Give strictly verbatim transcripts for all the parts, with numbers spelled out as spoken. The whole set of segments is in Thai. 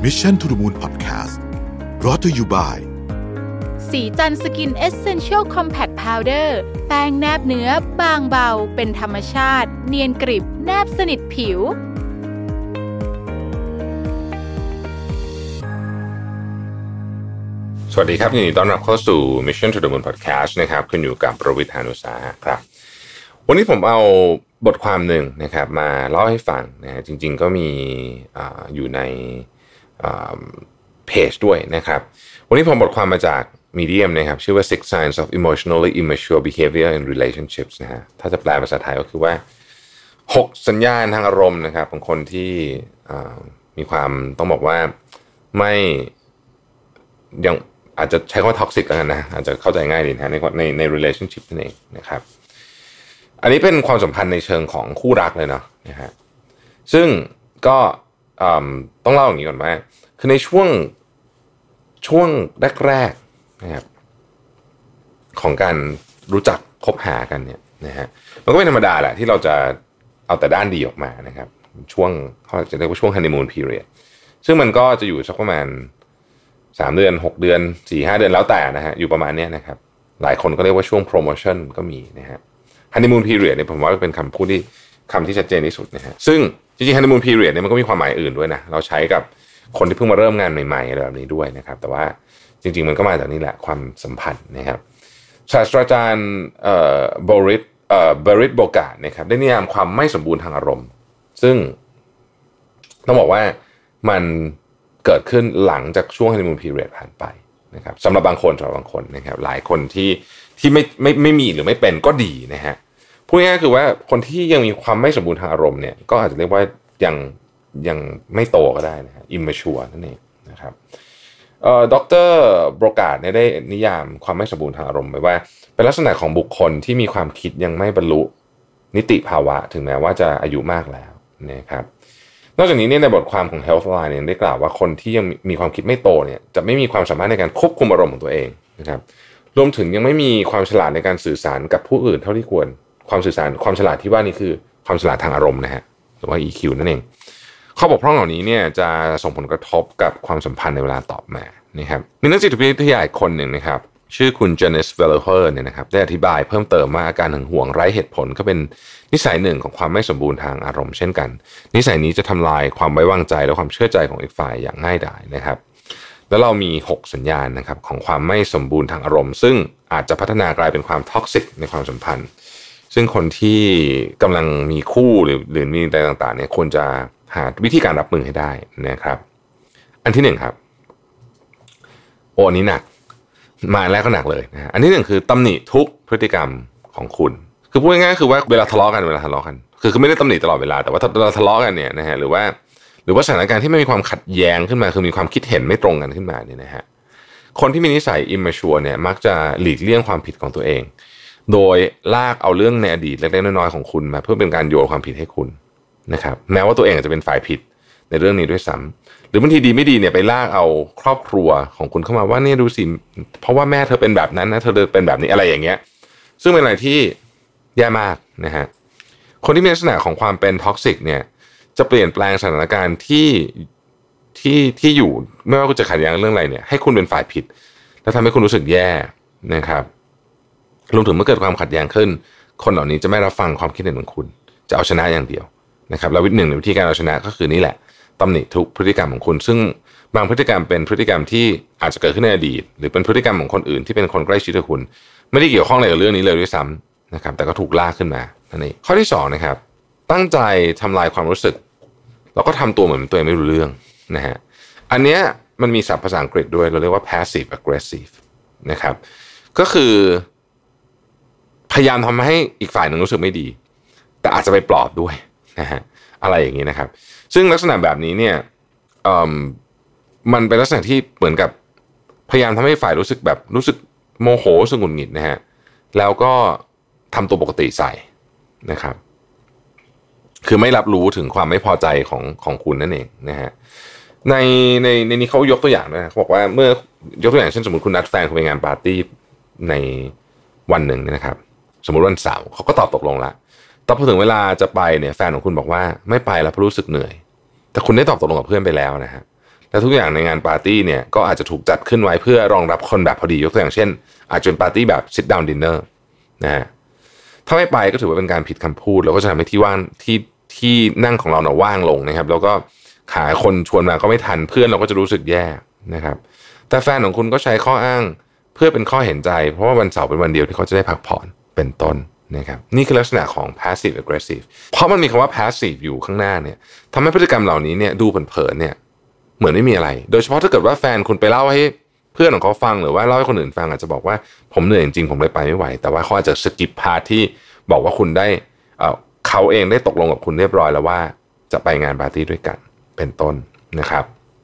Mission to the Moon Podcast brought to you by สีจันทร์สกินเอสเซนเชียลคอมแพคพาวเดอร์แป้งแนบเนื้อบางเบาเป็นธรรมชาติเนียนกริบแนบสนิทผิวสวัสดีครับยินดีต้อนรับเข้าสู่ Mission to the Moon Podcast นะครับคุณอยู่กับประวิทย์ หาญอุตสาหะครับวันนี้ผมเอาบทความหนึ่งนะครับมาเล่าให้ฟังนะฮะจริงๆก็มีอ่าอยู่ในเพจด้วยนะครับวันนี้ผมบทความมาจาก Medium นะครับชื่อว่า Six Signs of Emotionally Immature Behavior in Relationships นะฮะถ้าจะแปลภาษาไทยก็คือว่าหกสัญญาณทางอารมณ์นะครับของคนที่มีความต้องบอกว่าไม่ยังอาจจะใช้คำว่าท็อกซิกแล้วกันนะอาจจะเข้าใจง่ายดีนะในในใน relationship นั่นเองนะครับอันนี้เป็นความสัมพันธ์ในเชิงของคู่รักเลยเนาะนะฮะซึ่งก็ต้องเล่าอย่างนี้ก่อนว่าคือในช่วงช่วงแรกๆนะครับของการรู้จักคบหากันเนี่ยนะฮะมันก็เป็นธรรมดาแหละที่เราจะเอาแต่ด้านดีออกมานะครับช่วงเขาจะเรียกว่าช่วง honeymoon period ซึ่งมันก็จะอยู่สักประมาณสามเดือนหกเดือน สี่ห้า เดือนแล้วแต่นะฮะอยู่ประมาณเนี้ยนะครับหลายคนก็เรียกว่าช่วงโปรโมชั่นก็มีนะฮะ honeymoon period เนี่ยผมว่าเป็นคำพูดที่คำที่ชัดเจนที่สุดนะฮะซึ่งจริงๆ honeymoon period เนี่ยมันก็มีความหมายอื่นด้วยนะเราใช้กับคนที่เพิ่งมาเริ่มงานใหม่ๆอะไรแบบนี้ด้วยนะครับแต่ว่าจริงๆมันก็มาจากนี่แหละความสัมพันธ์นะครับศาสตราจารย์เอ่อบริตเอ่อบริตโบกาตนะครับได้นิยามความไม่สมบูรณ์ทางอารมณ์ซึ่งต้องบอกว่ามันเกิดขึ้นหลังจากช่วง honeymoon period ผ่านไปนะครับสำหรับบางคนสำหรับบางคนนะครับหลายคนที่ที่ไม่ไม่ไม่มีหรือไม่เป็นก็ดีนะฮะพูดง่ายๆคือว่าคนที่ยังมีความไม่สมบูรณ์ทางอารมณ์เนี่ยก็อาจจะเรียกว่ายังยังไม่โตก็ได้นะฮะ immature นั่นเองนะครับเอ่อดร.โบรกาตเนี่ยได้นิยามความไม่สมบูรณ์ทางอารมณ์ไว้ว่าเป็นลักษณะของบุคคลที่มีความคิดยังไม่บรรลุนิติภาวะถึงแม้ว่าจะอายุมากแล้วนะครับนอกจากนี้เนี่ยในบทความของ Healthline เนี่ยได้กล่าวว่าคนที่ยังมีความคิดไม่โตเนี่ยจะไม่มีความสามารถในการควบคุมอารมณ์ของตัวเองนะครับรวมถึงยังไม่มีความฉลาดในการสื่อสารกับผู้อื่นเท่าที่ควรความสื่อสารความฉลาดที่ว่านี่คือความฉลาดทางอารมณ์นะฮะหรือว่า อี คิว นั่นเองข้อบกพร่องเหล่านี้เนี่ยจะส่งผลกระทบกับความสัมพันธ์ในเวลาต่อมานะครับมีนักจิตวิทยาคนหนึ่งนะครับชื่อคุณเจเนสเวลเลอร์เนี่ยนะครับได้อธิบายเพิ่มเติมว่าอาการหึงหวงไร้เหตุผลก็เป็นนิสัยหนึ่งของความไม่สมบูรณ์ทางอารมณ์เช่นกันนิสัยนี้จะทำลายความไว้วางใจและความเชื่อใจของอีกฝ่ายอย่างง่ายดายนะครับแล้วเรามีหกสัญญาณนะครับของความไม่สมบูรณ์ทางอารมณ์ซึ่งอาจจะพัฒนากลายเป็นความท็อกซิกในความสัมพันธ์ซึ่งคนที่กำลังมีคู่หรือหรือมีอะไรต่างๆเนี่ยควรจะหาวิธีการรับมือให้ได้นะครับอันที่หนึ่งครับโอ้อันนี้หนักมาแล้วก็หนักเลยนะฮะอันที่หนึ่งคือตำหนิทุกพฤติกรรมของคุณคือพูดง่ายๆคือว่าเวลาทะเลาะกันเวลาทะเลาะกันคือคือไม่ได้ตำหนิตลอดเวลาแต่ว่าเวลาทะเลาะกันเนี่ยนะฮะหรือว่าหรือว่าสถานการณ์ที่ไม่มีความขัดแย้งขึ้นมาคือมีความคิดเห็นไม่ตรงกันขึ้นมาเนี่ยนะฮะคนที่มีนิสัย immature เนี่ยมักจะหลีกเลี่ยงความผิดของตัวเองโดยลากเอาเรื่องในอดีตเล็กๆน้อยๆของคุณมาเพื่อเป็นการโยนความผิดให้คุณนะครับแม้ว่าตัวเองอาจจะเป็นฝ่ายผิดในเรื่องนี้ด้วยซ้ำหรือบางทีดีไม่ดีเนี่ยไปลากเอาครอบครัวของคุณเข้ามาว่าเนี่ยดูสิเพราะว่าแม่เธอเป็นแบบนั้นนะเธอเป็นแบบนี้อะไรอย่างเงี้ยซึ่งเป็นอะไรที่แย่มากนะฮะคนที่มีลักษณะของความเป็นท็อกซิกเนี่ยจะเปลี่ยนแปลงสถานการณ์ที่ที่ที่อยู่ไม่ว่าคุณจะขัดแย้งเรื่องอะไรเนี่ยให้คุณเป็นฝ่ายผิดแล้วทำให้คุณรู้สึกแย่นะครับรวมถึงเมื่อเกิดความขัดแย้งขึ้นคนเหล่านี้จะไม่รับฟังความคิดเห็นของคุณจะเอาชนะอย่างเดียวนะครับแล้ววิธีหนึ่งในวิธีการเอาชนะก็คือนี่แหละตำหนิทุกพฤติกรรมของคุณซึ่งบางพฤติกรรมเป็นพฤติกรรมที่อาจจะเกิดขึ้นในอดีตหรือเป็นพฤติกรรมของคนอื่นที่เป็นคนใกล้ชิดกับคุณไม่ได้เกี่ยวข้องอะไรกับเรื่องนี้เลยด้วยซ้ำนะครับแต่ก็ถูกลากขึ้นมานั่นเองข้อที่สองนะครับตั้งใจทำลายความรู้สึกแล้วก็ทำตัวเหมือนตัวเองไม่รู้เรื่องนะฮะอันเนี้ยมันมีศัพท์ภาษาอังกฤษด้วยเราเรียกว่า passive aggressive นะครับก็คือพยายามทำให้อีกฝ่ายหนึ่งรู้สึกไม่ดีแต่อาจจะไปปลอบด้วยนะฮะอะไรอย่างนี้นะครับซึ่งลักษณะแบบนี้เนี่ยมันเป็นลักษณะที่เหมือนกับพยายามทำให้ฝ่ายรู้สึกแบบรู้สึกโมโหสึกหงุดหงิดนะฮะแล้วก็ทำตัวปกติใส่นะครับคือไม่รับรู้ถึงความไม่พอใจของของคุณนั่นเองนะฮะในในในนี้เขายกตัวอย่างนะเขาบอกว่าเมื่อยกตัวอย่างเช่นสมมติคุณนัดแฟนคุณไปงานปาร์ตี้ในวันหนึ่งนะครับสมมติวันเสาร์เขาก็ตอบตกลงละแต่พอถึงเวลาจะไปเนี่ยแฟนของคุณบอกว่าไม่ไปแล้วเพราะรู้สึกเหนื่อยแต่คุณได้ตอบตกลงกับเพื่อนไปแล้วนะฮะและทุกอย่างในงานปาร์ตี้เนี่ยก็อาจจะถูกจัดขึ้นไว้เพื่อรองรับคนแบบพอดียกตัวอย่างเช่นอาจจะเป็นปาร์ตี้แบบ sit down dinner นะฮะถ้าไม่ไปก็ถือว่าเป็นการผิดคำพูดแล้วก็จะทำให้ที่ว่างที่ที่นั่งของเราเนี่ยว่างลงนะครับแล้วก็หาคนชวนมาก็ไม่ทันเพื่อนเราก็จะรู้สึกแย่นะครับแต่แฟนของคุณก็ใช้ข้ออ้างเพื่อเป็นข้อเห็นใจเพราะว่าวันเสาร์เป็นวันเดียวที่เขาจะได้พักผ่อนเป็นต้นนะครับนี่คือลักษณะของ passive aggressive เพราะมันมีคำว่า passive อยู่ข้างหน้าเนี่ยทำให้พฤติกรรมเหล่านี้เนี่ยดูเผินๆเนี่ยเหมือนไม่มีอะไรโดยเฉพาะถ้าเกิดว่าแฟนคุณไปเล่าให้เพื่อนของเขาฟังหรือว่าเล่าให้คนอื่นฟังอาจจะบอกว่าผมเหนื่อยจริงๆผมเลยไปไม่ไหวแต่ว่าเขาอาจจะสกิปพาร์ทที่บอกว่าคุณได้เอ่อเขาเองได้ตกลงกับคุณเรียบร้อยแล้วว่าจะไปงานปาร์ตี้ด้วยกันเป็นต้นนะครับ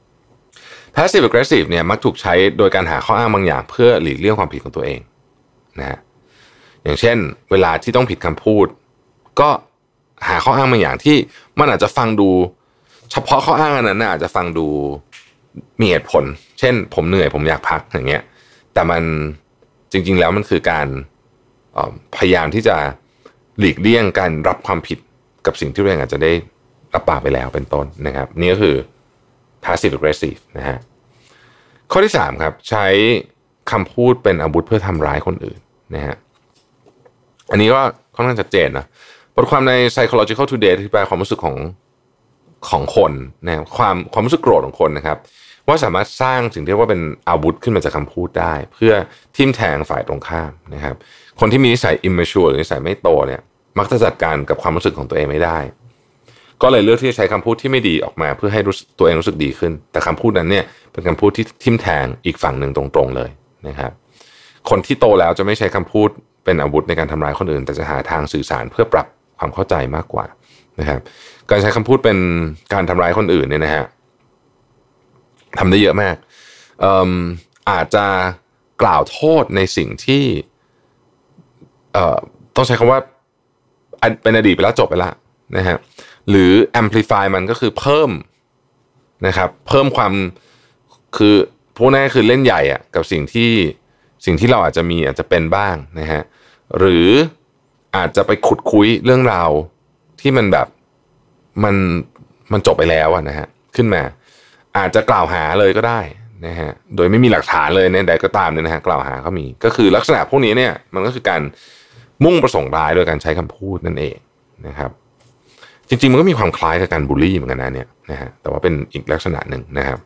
passive aggressive เนี่ยมักถูกใช้โดยการหาข้ออ้างบางอย่างเพื่อหลีกเลี่ยงความผิดของตัวเองนะฮะอย่างเช่นเวลาที่ต้องผิดคำพูดก็หาข้ออ้างบางอย่างที่มันอาจจะฟังดูเฉพาะข้ออ้างอันนั้นอาจจะฟังดูมีเหตุผลเช่นผมเหนื่อยผมอยากพักอย่างเงี้ยแต่มันจริงๆแล้วมันคือการพยายามที่จะหลีกเลี่ยงการรับความผิดกับสิ่งที่เราเองอาจจะได้รับปากไปแล้วเป็นต้นนะครับนี่ก็คือ passive aggressive นะฮะข้อที่สามครับใช้คำพูดเป็นอาวุธเพื่อทำร้ายคนอื่นนะฮะอันนี้ก็ค่อนข้างชัดเจนนะบทความใน Psychological Today อธิบายความรู้สึกของของคนนะความความรู้สึกโกรธของคนนะครับว่าสามารถสร้างสิ่งที่เรียกว่าเป็นอาวุธขึ้นมาจากคำพูดได้เพื่อทิ่มแทงฝ่ายตรงข้ามนะครับคนที่มีนิสัย immature หรือนิสัยไม่โตเนี่ยมักจะจัดการกับความรู้สึกของตัวเองไม่ได้ก็เลยเลือกที่จะใช้คำพูดที่ไม่ดีออกมาเพื่อให้ตัวเองรู้สึกดีขึ้นแต่คำพูดนั้นเนี่ยเป็นคำพูดที่ทิ่มแทงอีกฝั่งหนึ่งตรงๆเลยนะครับคนที่โตแล้วจะไม่ใช้คำพูดเป็นอาวุธในการทำร้ายคนอื่นแต่จะหาทางสื่อสารเพื่อปรับความเข้าใจมากกว่านะครับการใช้คำพูดเป็นการทำร้ายคนอื่นเนี่ยนะฮะทำได้เยอะมากเอ่ออาจจะกล่าวโทษในสิ่งที่เอ่อต้องใช้คำว่าเป็นอดีตไปแล้วจบไปแล้วนะฮะหรือ amplify มันก็คือเพิ่มนะครับเพิ่มความคือพวกนั้นคือเล่นใหญ่อะกับสิ่งที่สิ่งที่เราอาจจะมีอาจจะเป็นบ้างนะฮะหรืออาจจะไปขุดคุยเรื่องราวที่มันแบบมันมันจบไปแล้วอะนะฮะขึ้นมาอาจจะกล่าวหาเลยก็ได้นะฮะโดยไม่มีหลักฐานเลยในใดก็ตามเนี่ยนะฮะกล่าวหาก็มีก็คือลักษณะพวกนี้เนี่ยมันก็คือการมุ่งประสงค์ร้ายโดยการใช้คำพูดนั่นเองนะครับจริงๆมันก็มีความคล้ายกับการบูลลี่เหมือนกันนะเนี่ยนะฮะแต่ว่าเป็นอีกลักษณะหนึ่งนะครับ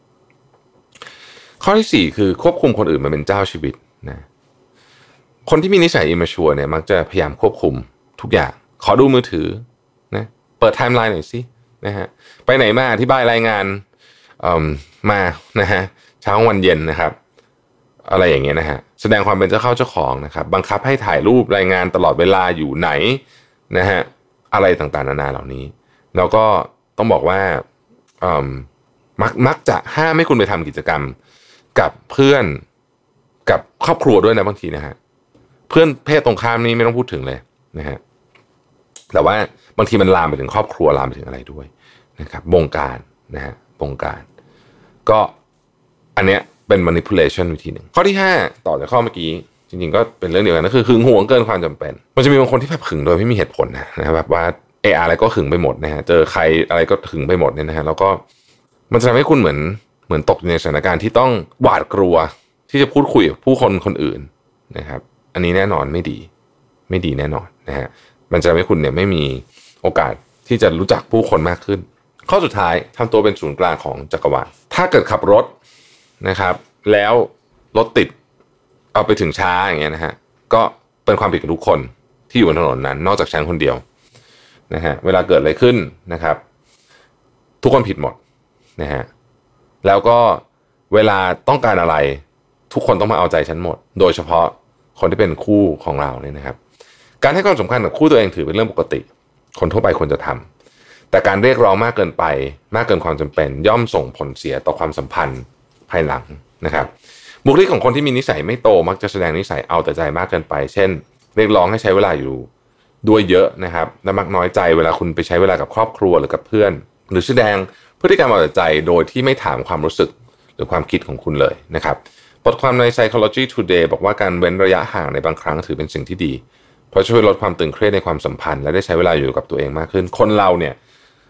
ข้อที่สี่คือควบคุมคนอื่นมาเป็นเจ้าชีวิตนะคนที่มีนิสัย immature เนี่ยมักจะพยายามควบคุมทุกอย่างขอดูมือถือนะเปิดไทม์ไลน์หน่อยสินะฮะไปไหนมาอธิบายรายงานมานะฮะเช้าวันเย็นนะครับอะไรอย่างเงี้ยนะฮะแสดงความเป็นเจ้าเข้าเจ้าของนะครับบังคับให้ถ่ายรูปรายงานตลอดเวลาอยู่ไหนนะฮะอะไรต่างๆนานาเหล่านี้แล้วก็ต้องบอกว่ามักมักจะห้ามให้คุณไปทำกิจกรรมกับเพื่อนกับครอบครัวด้วยนะบางทีนะฮะเพื่อนเพศตรงข้ามนี่ไม่ต้องพูดถึงเลยนะฮะแต่ว่าบางทีมันลามไปถึงครอบครัวลามไปถึงอะไรด้วยนะครับบงการนะฮะบงการก็อันเนี้ยเป็น manipulation วิธีหนึ่งข้อที่ห้าต่อจากข้อเมื่อกี้จริงๆก็เป็นเรื่องเดียวกันก็คือหึงหวงเกินความจำเป็นมันจะมีบางคนที่แบบหึงโดยไม่มีเหตุผลนะนะแบบว่าเอออะไรก็หึงไปหมดนะฮะเจอใครอะไรก็หึงไปหมดเนี่ยนะฮะแล้วก็มันจะทำให้คุณเหมือนเหมือนตกในสถานการณ์ที่ต้องหวาดกลัวที่จะพูดคุยกับผู้คนคนอื่นนะครับอันนี้แน่นอนไม่ดีไม่ดีแน่นอนนะฮะมันจะทำให้คุณเนี่ยไม่มีโอกาสที่จะรู้จักผู้คนมากขึ้นข้อสุดท้ายทำตัวเป็นศูนย์กลางของจักรวาลถ้าเกิดขับรถนะครับแล้วรถติดเอาไปถึงช้าอย่างเงี้ยนะฮะก็เป็นความผิดของทุกคนที่อยู่บนถนนนั้นนอกจากฉันคนเดียวนะฮะเวลาเกิดอะไรขึ้นนะครับทุกคนผิดหมดนะฮะแล้วก็เวลาต้องการอะไรทุกคนต้องมาเอาใจฉันหมดโดยเฉพาะคนที่เป็นคู่ของเราเนี่ยนะครับการให้ความสำคัญกับคู่ตัวเองถือเป็นเรื่องปกติคนทั่วไปควรจะทำแต่การเรียกร้องมากเกินไปมากเกินความจำเป็นย่อมส่งผลเสียต่อความสัมพันธ์ภายหลังนะครับบุคลิกของคนที่มีนิสัยไม่โตมักจะแสดงนิสัยเอาแต่ใจมากเกินไปเช่นเรียกร้องให้ใช้เวลาอยู่ด้วยเยอะนะครับและมักน้อยใจเวลาคุณไปใช้เวลากับครอบครัวหรือกับเพื่อนหรือแสดงพฤติกรรมเอาแต่ใจโดยที่ไม่ถามความรู้สึกหรือความคิดของคุณเลยนะครับบทความใน Psychology Today บอกว่าการเว้นระยะห่างในบางครั้งถือเป็นสิ่งที่ดีเพราะช่วยลดความตึงเครียดในความสัมพันธ์และได้ใช้เวลาอยู่กับตัวเองมากขึ้นคนเราเนี่ย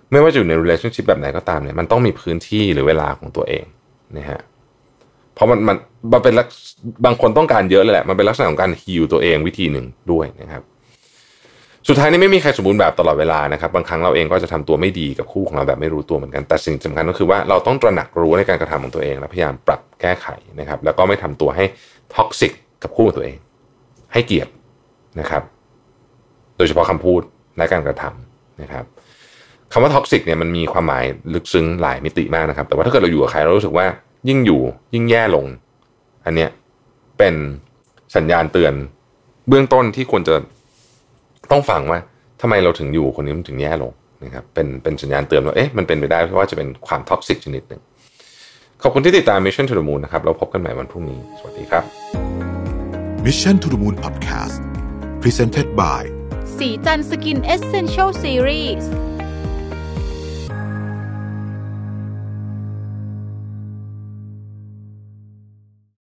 ไม่ว่าจะอยู่ใน relationship แบบไหนก็ตามเนี่ยมันต้องมีพื้นที่หรือเวลาของตัวเองนะฮะเพราะมันมันมันเป็นบางคนต้องการเยอะเลยแหละมันเป็นลักษณะของการฮีลตัวเองวิธีหนึ่งด้วยนะครับสุดท้ายนี้ไม่มีใครสมบูรณ์แบบตลอดเวลานะครับบางครั้งเราเองก็จะทำตัวไม่ดีกับคู่ของเราแบบไม่รู้ตัวเหมือนกันแต่สิ่งสำคัญก็คือว่าเราต้องตระหนักรู้ในการกระทำของตัวเองและพยายามปรับแก้ไขนะครับแล้วก็ไม่ทำตัวให้ท็อกซิกกับคู่ของตัวเองให้เกียรตินะครับโดยเฉพาะคำพูดและการกระทำนะครับคำว่าท็อกซิกเนี่ยมันมีความหมายลึกซึ้งหลายมิติมากนะครับแต่ว่าถ้าเกิดเราอยู่กับใครเรารู้สึกว่ายิ่งอยู่ยิ่งแย่ลงอันเนี้ยเป็นสัญญาณเตือนเบื้องต้นที่ควรจะต้องฟังว่าทำไมเราถึงอยู่คนนี้มันถึงแย่ลงนะครับเป็นเป็นสัญญาณเตือนว่าเอ๊ะมันเป็นไปได้เพราะว่าจะเป็นความท็อกซิกชนิดหนึ่งขอบคุณที่ติดตาม Mission to the Moon นะครับเราพบกันใหม่วันพรุ่งนี้สวัสดีครับ Mission to the Moon Podcast Presented by สีจันทร์สกินเอสเซนเชียลซีรีส์